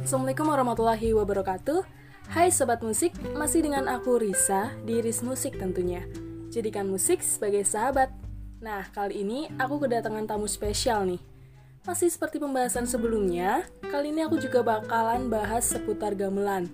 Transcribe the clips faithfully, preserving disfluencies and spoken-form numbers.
Assalamualaikum warahmatullahi wabarakatuh. Hai Sobat Musik, masih dengan aku Risa di Ris Musik tentunya. Jadikan musik sebagai sahabat. Nah, kali ini aku kedatangan tamu spesial nih. Masih seperti pembahasan sebelumnya, kali ini aku juga bakalan bahas seputar gamelan.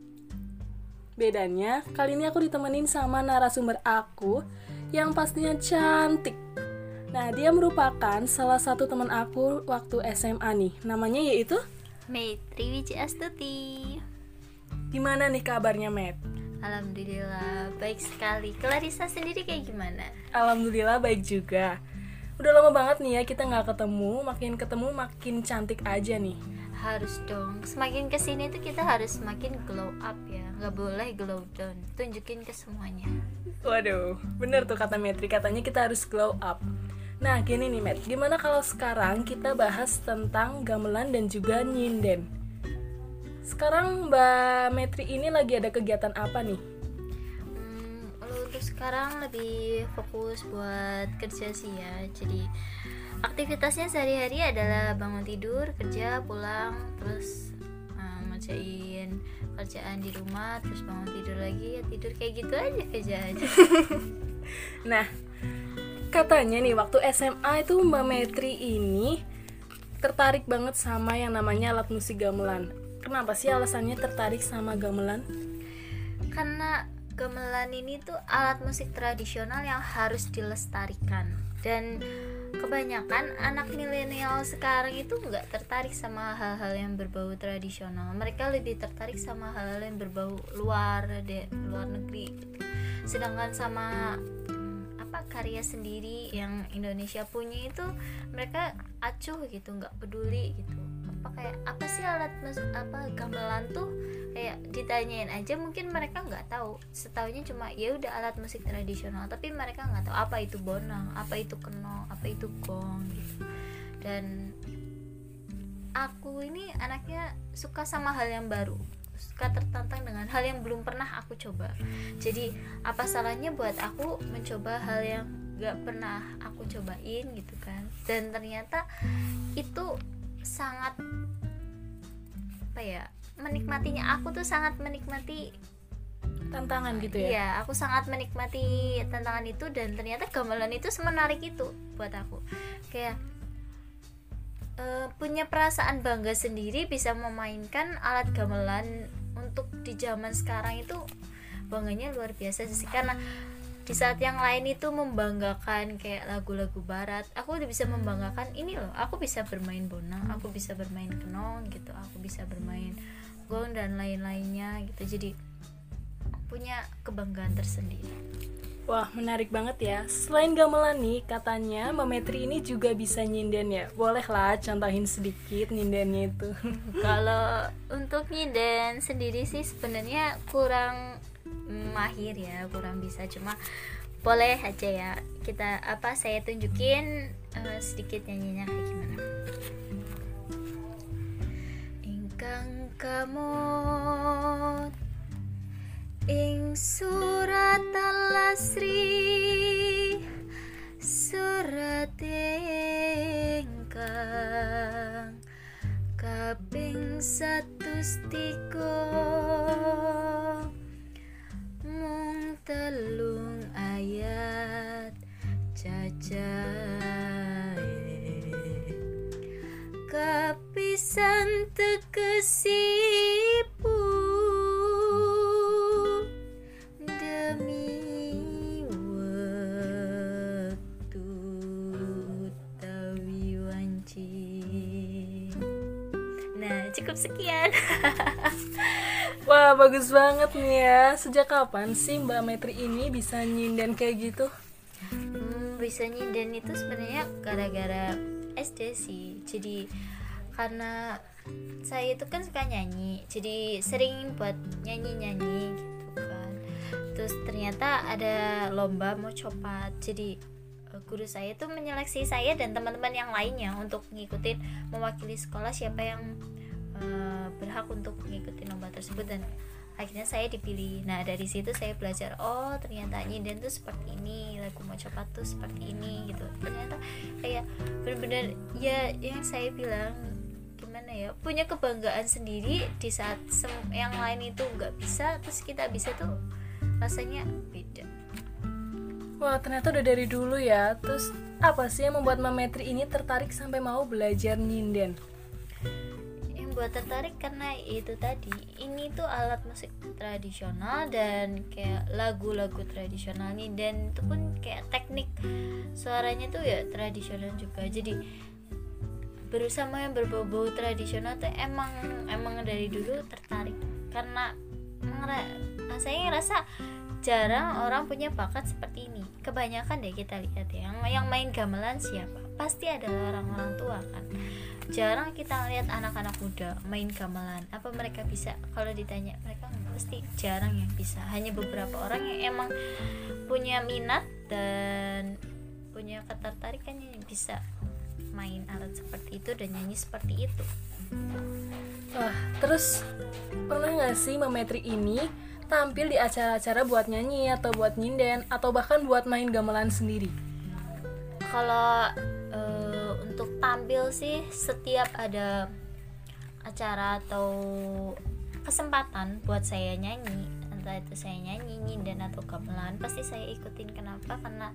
Bedanya, kali ini aku ditemenin sama narasumber aku yang pastinya cantik. Nah, dia merupakan salah satu teman aku waktu S M A nih. Namanya yaitu Maitri Wijiastuti. Gimana nih kabarnya, Met? Alhamdulillah, baik sekali. Clarissa sendiri kayak gimana? Alhamdulillah baik juga. Udah lama banget nih ya kita gak ketemu. Makin ketemu makin cantik aja nih. Harus dong, semakin kesini tuh kita harus semakin glow up ya. Gak boleh glow down, tunjukin ke semuanya. Waduh, bener tuh kata Metri, katanya kita harus glow up. Nah gini nih Met, gimana kalau sekarang kita bahas tentang gamelan dan juga nyinden. Sekarang Mbak Metri ini lagi ada kegiatan apa nih? Hmm, kalau untuk sekarang lebih fokus buat kerja sih ya. Jadi aktivitasnya sehari-hari adalah bangun tidur, kerja, pulang, terus um, ngerjain kerjaan di rumah, terus bangun tidur lagi, ya tidur kayak gitu aja, kerja aja. Nah, katanya nih waktu S M A itu Mbak Metri ini tertarik banget sama yang namanya alat musik gamelan. Kenapa sih alasannya tertarik sama gamelan? Karena gamelan ini tuh alat musik tradisional yang harus dilestarikan. Dan kebanyakan anak milenial sekarang itu nggak tertarik sama hal-hal yang berbau tradisional. Mereka lebih tertarik sama hal-hal yang berbau luar, de, luar negeri gitu. Sedangkan sama apa karya sendiri yang Indonesia punya itu mereka acuh gitu, nggak peduli gitu. Apa kayak apa sih alat mus apa gamelan tuh, kayak ditanyain aja mungkin mereka nggak tahu. Setaunya cuma ya udah alat musik tradisional, tapi mereka nggak tahu apa itu bonang, apa itu kenong, apa itu gong gitu. Dan aku ini anaknya suka sama hal yang baru, suka tertantang dengan hal yang belum pernah aku coba. Jadi apa salahnya buat aku mencoba hal yang gak pernah aku cobain gitu kan. Dan ternyata itu sangat apa ya, menikmatinya aku tuh sangat menikmati Tantangan gitu ya? Iya, aku sangat menikmati tantangan itu. Dan ternyata gamelan itu semenarik itu buat aku. Kayak Uh, punya perasaan bangga sendiri bisa memainkan alat gamelan. Untuk di zaman sekarang itu bangganya luar biasa sih, karena di saat yang lain itu membanggakan kayak lagu-lagu barat, aku udah bisa membanggakan ini loh, aku bisa bermain bonang, aku bisa bermain kenong gitu, aku bisa bermain gong dan lain-lainnya gitu. Jadi punya kebanggaan tersendiri. Wah, menarik banget ya. Selain gamelan nih, katanya Mbak Metri ini juga bisa nyinden ya. Boleh lah contohin sedikit nyindennya itu. Kalau untuk nyinden sendiri sih sebenarnya kurang mahir ya, kurang bisa. Cuma boleh aja ya kita apa saya tunjukin uh, sedikit nyanyinya kayak gimana. Ingkang kamot ing surat al-asri, surat ingkang kaping satus tiga, mung telung ayat cacahe, kapisan tegesipun demi waktu tawi wanci. Nah, cukup sekian. Wah, bagus banget nih ya. Sejak kapan sih Mbak Metri ini bisa nyinden kayak gitu? Hmm, bisa nyinden itu sebenarnya gara-gara S D sih. Jadi karena saya itu kan suka nyanyi, jadi sering buat nyanyi-nyanyi gitu kan. Terus ternyata ada lomba mau copat. Jadi guru saya itu menyeleksi saya dan teman-teman yang lainnya untuk ngikutin, mewakili sekolah siapa yang uh, berhak untuk mengikuti lomba tersebut, dan akhirnya saya dipilih. Nah dari situ saya belajar, oh ternyata nyinden tuh seperti ini, lagu mau copat tuh seperti ini gitu. Ternyata kayak benar-benar ya yang saya bilang gimana ya, punya kebanggaan sendiri di saat sem- yang lain itu nggak bisa terus kita bisa tuh rasanya beda. Wah, ternyata udah dari dulu ya. Terus apa sih yang membuat Mbak Metri ini tertarik sampai mau belajar nyinden? Yang buat tertarik karena itu tadi, ini tuh alat musik tradisional dan kayak lagu-lagu tradisional nih, dan itu pun kayak teknik suaranya tuh ya tradisional juga. Jadi berusaha yang berbau-bau tradisional tuh emang emang dari dulu tertarik karena ngera- saya ngerasa jarang orang punya bakat seperti ini. Kebanyakan deh kita lihat ya, yang yang main gamelan siapa? Pasti adalah orang-orang tua kan. Jarang kita lihat anak-anak muda main gamelan. Apa mereka bisa? Kalau ditanya mereka pasti jarang yang bisa. Hanya beberapa orang yang emang punya minat dan punya ketertarikan yang bisa main alat seperti itu dan nyanyi seperti itu. Wah, terus pernah nggak sih Mbak Metri ini tampil di acara-acara buat nyanyi atau buat nyinden atau bahkan buat main gamelan sendiri? Kalau uh, untuk tampil sih setiap ada acara atau kesempatan buat saya nyanyi, entah itu saya nyanyi, nyinden atau gamelan, pasti saya ikutin. Kenapa? Karena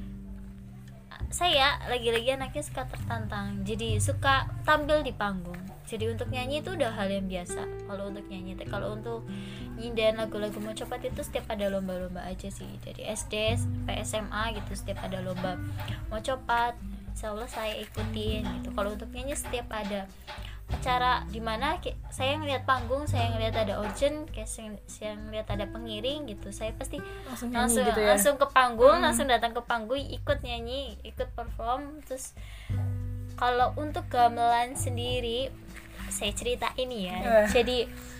saya lagi-lagi anaknya suka tertantang, jadi suka tampil di panggung. Jadi untuk nyanyi itu udah hal yang biasa. Kalau untuk nyanyi, kalau untuk nyinden lagu-lagu mau cepat itu setiap ada lomba-lomba aja sih. Dari S D sampai S M A gitu, setiap ada lomba mau cepat, insya Allah saya ikutin gitu. Kalau untuk nyanyi setiap ada acara dimana saya ngeliat panggung, saya ngeliat ada audience, kayak saya ngeliat ada pengiring gitu, saya pasti langsung langsung, gitu ya? langsung ke panggung, hmm. langsung datang ke panggung, ikut nyanyi, ikut perform. Terus kalau untuk gamelan sendiri saya cerita ini ya, uh. jadi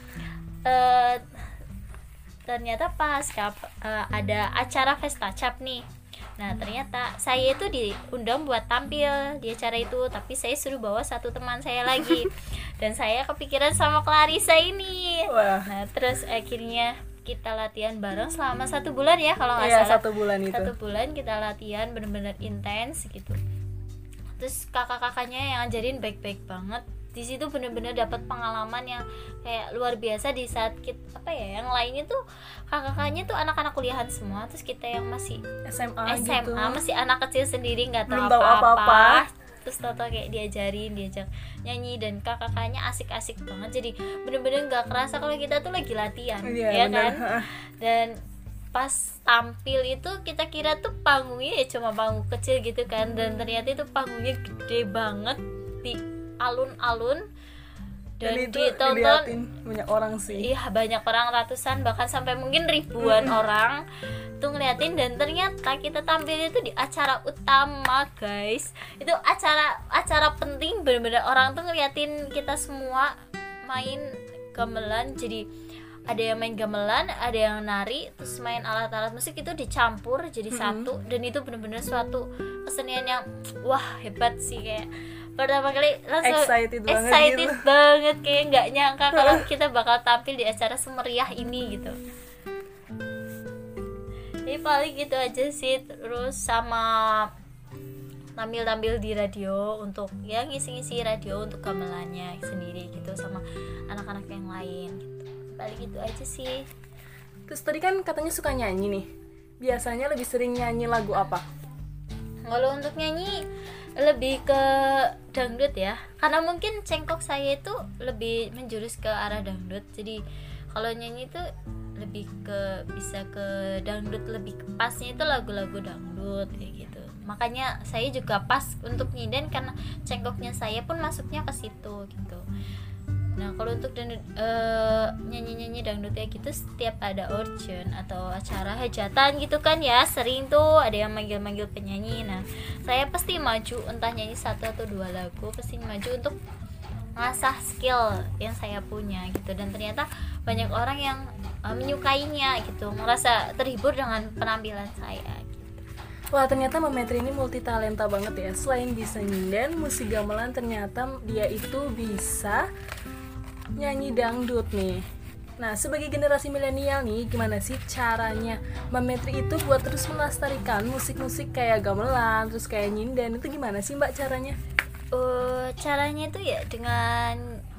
uh, ternyata pas kap, uh, ada acara Pesta Cap nih. Nah ternyata saya itu diundang buat tampil di acara itu, tapi saya suruh bawa satu teman saya lagi dan saya kepikiran sama Clarissa ini. Wah. Nah terus akhirnya kita latihan bareng selama satu bulan ya kalau nggak iya, salah. satu bulan itu. Satu bulan kita latihan benar-benar intens gitu. Terus kakak-kakaknya yang ngajarin baik-baik banget. Di situ benar-benar dapat pengalaman yang kayak luar biasa. Di saat kita apa ya, yang lainnya tuh kakak-kakaknya tuh anak-anak kuliahan semua, terus kita yang masih S M A S M A gitu. masih anak kecil sendiri, nggak tahu Belum tahu apa-apa. Terus tau-tau kayak diajarin, diajak nyanyi, dan kakak-kakaknya asik-asik banget. Jadi bener-bener nggak kerasa kalau kita tuh lagi latihan, yeah, ya kan? Dan pas tampil itu kita kira tuh panggungnya ya cuma panggung kecil gitu kan, dan ternyata itu panggungnya gede banget di alun-alun, dan, dan itu ditonton banyak orang sih. Iya, banyak orang, ratusan bahkan sampai mungkin ribuan mm-hmm. orang tuh ngeliatin. Dan ternyata kita tampil itu di acara utama, guys. Itu acara acara penting, bener-bener orang tuh ngeliatin kita semua main gamelan. Jadi ada yang main gamelan, ada yang nari, terus main alat-alat musik itu dicampur jadi mm-hmm. satu. Dan itu bener-bener suatu kesenian yang wah hebat sih. Kayak pertama kali langsung excited, excited banget, gitu. banget kayak nggak nyangka kalau kita bakal tampil di acara semeriah ini gitu. Jadi paling gitu aja sih. Terus sama tampil-tampil di radio untuk ya ngisi-ngisi radio untuk gamelannya sendiri gitu sama anak-anak yang lain gitu. Paling gitu aja sih. Terus tadi kan katanya suka nyanyi nih. Biasanya lebih sering nyanyi lagu apa? Kalau untuk nyanyi lebih ke dangdut ya, karena mungkin cengkok saya itu lebih menjurus ke arah dangdut. Jadi kalau nyanyi itu lebih ke bisa ke dangdut, lebih ke pasnya itu lagu-lagu dangdut kayak gitu. Makanya saya juga pas untuk nyinden karena cengkoknya saya pun masuknya ke situ gitu. Nah kalau untuk dangdut, uh, nyanyi-nyanyi dangdut kayak gitu setiap ada audition atau acara hajatan gitu kan ya, sering tuh ada yang manggil-manggil penyanyi. Nah saya pasti maju, entah nyanyi satu atau dua lagu, pasti maju untuk ngasah skill yang saya punya gitu. Dan ternyata banyak orang yang uh, menyukainya gitu, merasa terhibur dengan penampilan saya gitu. Wah ternyata Mbak Metri ini multi talenta banget ya. Selain bisa nyinden, musik gamelan, ternyata dia itu bisa nyanyi dangdut nih. Nah sebagai generasi milenial nih, gimana sih caranya Mbak Metri itu buat terus melestarikan musik-musik kayak gamelan, terus kayak nyinden, itu gimana sih Mbak caranya? Uh, caranya itu ya dengan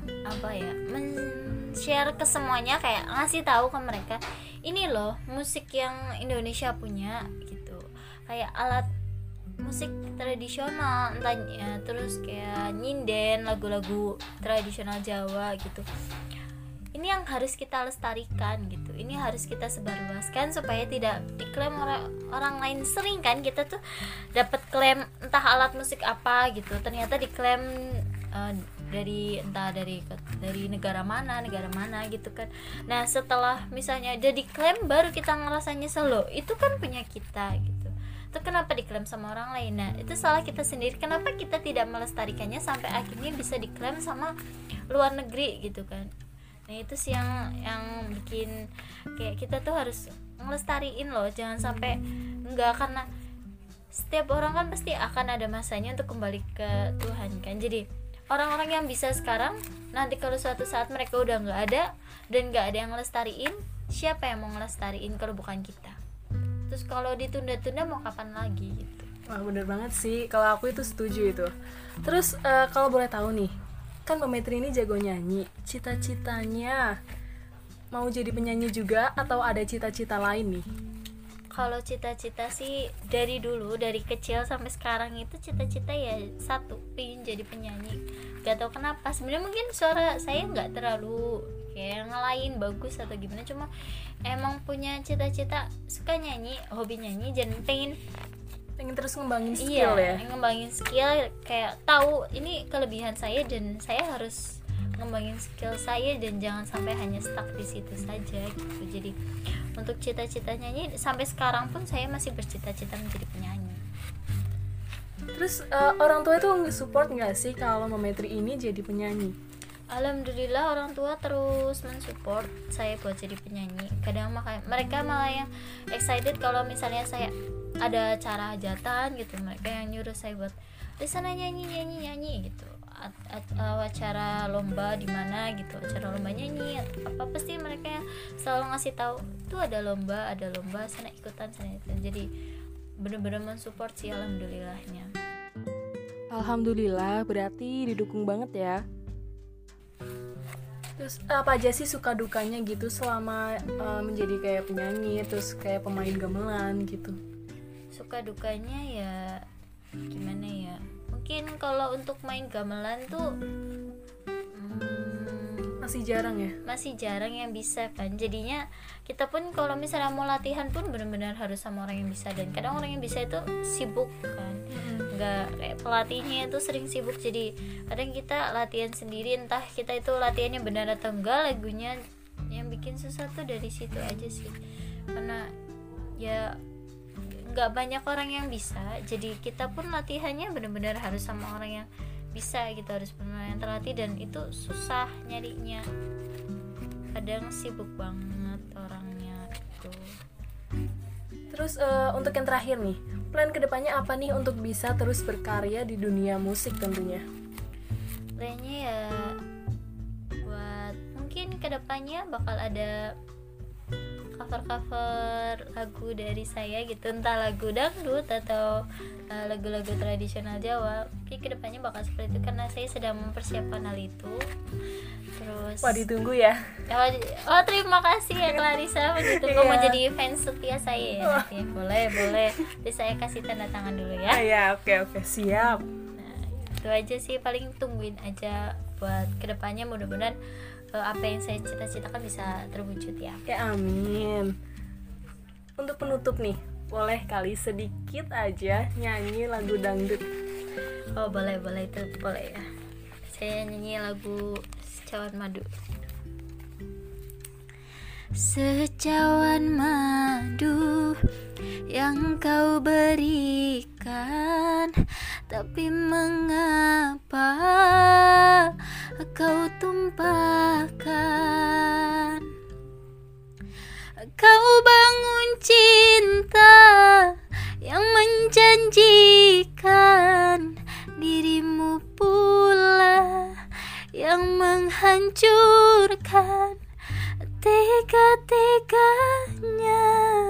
apa ya men-share ke semuanya, kayak ngasih tahu ke mereka ini loh musik yang Indonesia punya gitu, kayak alat musik tradisional entahnya, terus kayak nyinden, lagu-lagu tradisional Jawa gitu. Ini yang harus kita lestarikan gitu, ini harus kita sebarluaskan supaya tidak diklaim orang orang lain. Sering kan kita tuh dapat klaim entah alat musik apa gitu, ternyata diklaim uh, dari entah dari dari negara mana negara mana gitu kan. Nah setelah misalnya udah diklaim baru kita ngerasa nyesel, loh itu kan punya kita gitu, itu kenapa diklaim sama orang lain. Nah itu salah kita sendiri, kenapa kita tidak melestarikannya sampai akhirnya bisa diklaim sama luar negeri gitu kan. Nah itu sih yang yang bikin kayak kita tuh harus ngelestariin loh, jangan sampai enggak, karena setiap orang kan pasti akan ada masanya untuk kembali ke Tuhan kan. Jadi orang-orang yang bisa sekarang, nanti kalau suatu saat mereka udah nggak ada dan nggak ada yang ngelestariin, siapa yang mau ngelestariin kalau bukan kita? Terus kalau ditunda-tunda mau kapan lagi gitu. Wah bener banget sih, kalau aku itu setuju itu. Terus uh, kalau boleh tahu nih, kan Mbak Metri ini jago nyanyi, cita-citanya mau jadi penyanyi juga atau ada cita-cita lain nih? Kalau cita-cita sih dari dulu, dari kecil sampai sekarang itu cita-cita ya satu, pengen jadi penyanyi. Gak tau kenapa, sebenarnya mungkin suara saya nggak terlalu kayak ngelain bagus atau gimana, cuma emang punya cita-cita suka nyanyi, hobi nyanyi, dan pengen pengen terus ngembangin skill iya, ya, ngembangin skill, kayak tahu ini kelebihan saya dan saya harus ngembangin skill saya dan jangan sampai hanya stuck di situ saja gitu. Jadi untuk cita-cita nyanyi sampai sekarang pun saya masih bercita-cita menjadi penyanyi. Terus uh, orang tua itu nge-support nggak sih kalau Mbak Metri ini jadi penyanyi? Alhamdulillah orang tua terus mensupport saya buat jadi penyanyi. Kadang makanya mereka malah yang excited kalau misalnya saya ada acara hajatan gitu, mereka yang nyuruh saya buat di sana nyanyi nyanyi nyanyi gitu. At, at, uh, acara lomba di mana gitu, acara lomba nyanyi atau apa, pasti mereka yang selalu ngasih tahu tuh ada lomba ada lomba sana ikutan sana ikutan. Jadi benar-benar mensupport sih alhamdulillahnya. Alhamdulillah berarti didukung banget ya. Terus apa aja sih suka dukanya gitu selama uh, menjadi kayak penyanyi, terus kayak pemain gamelan gitu? Suka dukanya ya gimana ya, mungkin kalau untuk main gamelan tuh hmm, masih jarang ya, masih jarang yang bisa kan. Jadinya kita pun kalau misalnya mau latihan pun benar-benar harus sama orang yang bisa, dan kadang orang yang bisa itu sibuk kan, nggak kayak pelatihnya itu sering sibuk. Jadi kadang kita latihan sendiri, entah kita itu latihannya benar atau enggak, lagunya yang bikin susah tuh dari situ aja sih, karena ya nggak banyak orang yang bisa. Jadi kita pun latihannya benar-benar harus sama orang yang bisa gitu, harus benar yang terlatih, dan itu susah nyarinya, kadang sibuk banget orangnya gitu. Terus uh, untuk yang terakhir nih, plan kedepannya apa nih untuk bisa terus berkarya di dunia musik tentunya? Plannya ya buat mungkin kedepannya bakal ada cover-cover lagu dari saya gitu, entah lagu dangdut atau uh, lagu-lagu tradisional Jawa. Mungkin kedepannya bakal seperti itu karena saya sedang mempersiapkan hal itu. Terus wah ditunggu ya. Oh, oh terima kasih ya Clarissa, ditunggu mau jadi fans setia saya ya nanti. Boleh boleh. Jadi saya kasih tanda tangan dulu ya. Ah, ya oke oke siap. Nah itu aja sih, paling tungguin aja buat kedepannya, mudah-mudahan apa yang saya cita-citakan bisa terwujud ya. Ya amin. Untuk penutup nih, boleh kali sedikit aja nyanyi lagu dangdut? Oh boleh boleh itu boleh ya. Saya nyanyi lagu Secawan Madu. Secawan madu yang kau berikan, tapi mengapa kau tumpahkan? Kau bangun cinta yang menjanjikan, dirimu pula yang menghancurkan. Tega-teganya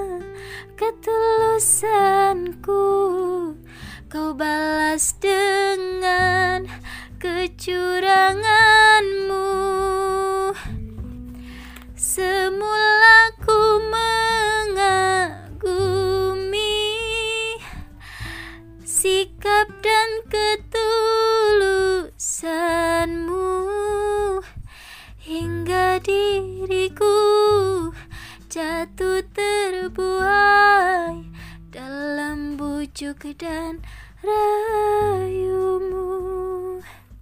ketulusanku kau balas dengan kecuranganmu. sikap dan ketulusanmu, hingga diriku jatuh terbuai dalam bujuk dan rayumu.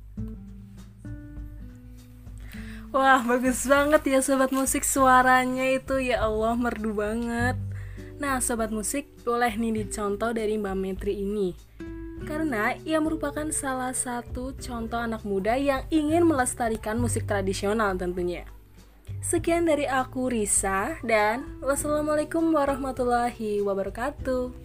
Wah, bagus banget ya sobat musik, suaranya itu ya Allah merdu banget. Nah sobat musik, boleh nih dicontoh dari Mbak Metri ini, karena ia merupakan salah satu contoh anak muda yang ingin melestarikan musik tradisional tentunya. Sekian dari aku Risa, dan wassalamualaikum warahmatullahi wabarakatuh.